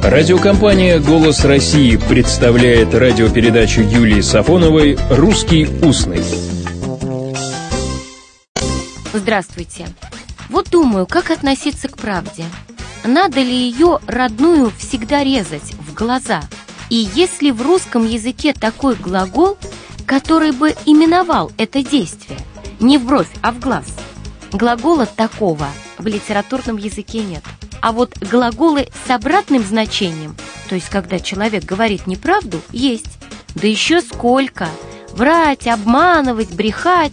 Радиокомпания «Голос России» представляет радиопередачу Юлии Сафоновой «Русский устный». Здравствуйте. Вот думаю, как относиться к правде. Надо ли ее родную всегда резать в глаза? И есть ли в русском языке такой глагол, который бы именовал это действие? Не в бровь, а в глаз. Глагола такого в литературном языке нет. А вот глаголы с обратным значением, то есть когда человек говорит неправду, есть. Да еще сколько! Врать, обманывать, брехать.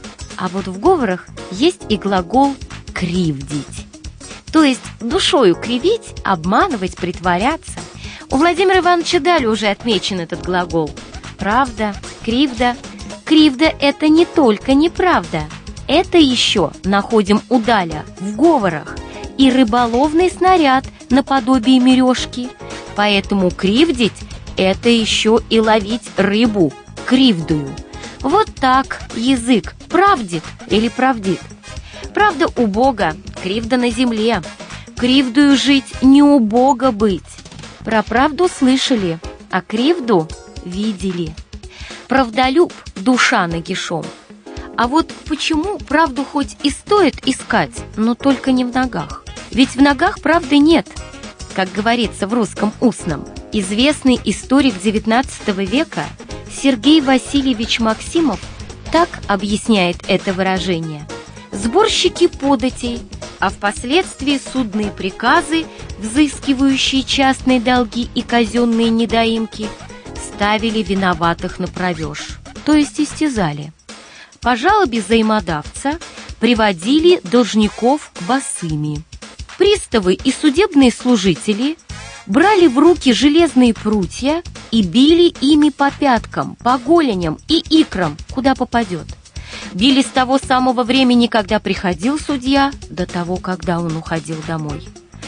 А вот в говорах есть и глагол «кривдить». То есть душою кривить, обманывать, притворяться. У Владимира Ивановича Дали уже отмечен этот глагол. Правда, кривда. Кривда – это не только неправда. Это еще находим у Даля в говорах. И рыболовный снаряд наподобие мережки. Поэтому кривдить – это еще и ловить рыбу, кривдую. Вот так язык правдит или правдит. Правда у Бога, кривда на земле. Кривдую жить не у Бога быть. Про правду слышали, а кривду видели. Правдолюб душа нагишом. А вот почему правду хоть и стоит искать, но только не в ногах? Ведь в ногах правды нет. Как говорится в русском устном, известный историк XIX века Сергей Васильевич Максимов так объясняет это выражение. Сборщики податей, а впоследствии судные приказы, взыскивающие частные долги и казенные недоимки, ставили виноватых на провеж, то есть истязали. По жалобе взаимодавца приводили должников босыми. Приставы и судебные служители брали в руки железные прутья и били ими по пяткам, по голеням и икрам, куда попадет. Били с того самого времени, когда приходил судья, до того, когда он уходил домой.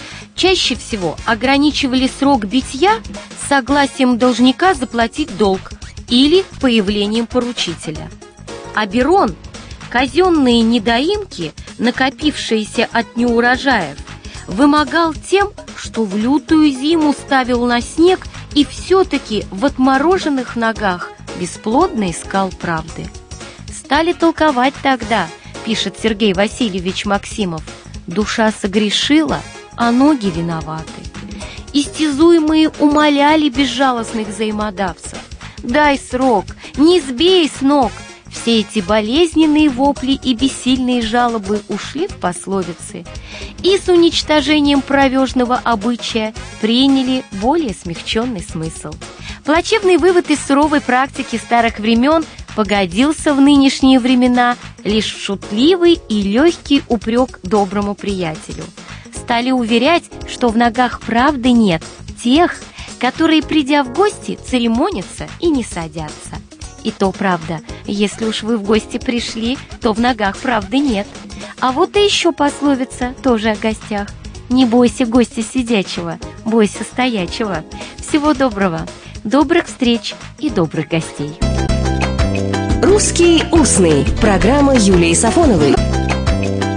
Чаще всего ограничивали срок битья согласием должника заплатить долг или появлением поручителя. Оберон, казенные недоимки, накопившиеся от неурожаев, вымогал тем, что в лютую зиму ставил на снег и все-таки в отмороженных ногах бесплодно искал правды. Стали толковать тогда, пишет Сергей Васильевич Максимов, душа согрешила, а ноги виноваты. Истязуемые умоляли безжалостных взаимодавцев: дай срок, не сбей с ног. Все эти болезненные вопли и бессильные жалобы ушли в пословицы и с уничтожением правежного обычая приняли более смягченный смысл. Плачевный вывод из суровой практики старых времен погодился в нынешние времена лишь в шутливый и легкий упрек доброму приятелю. Стали уверять, что в ногах правды нет тех, которые, придя в гости, церемонятся и не садятся. И то правда, если уж вы в гости пришли, то в ногах правды нет. А вот и еще пословица, тоже о гостях. Не бойся гостя сидячего, бойся стоячего. Всего доброго, добрых встреч и добрых гостей. «Русский устный». Программа Юлии Сафоновой.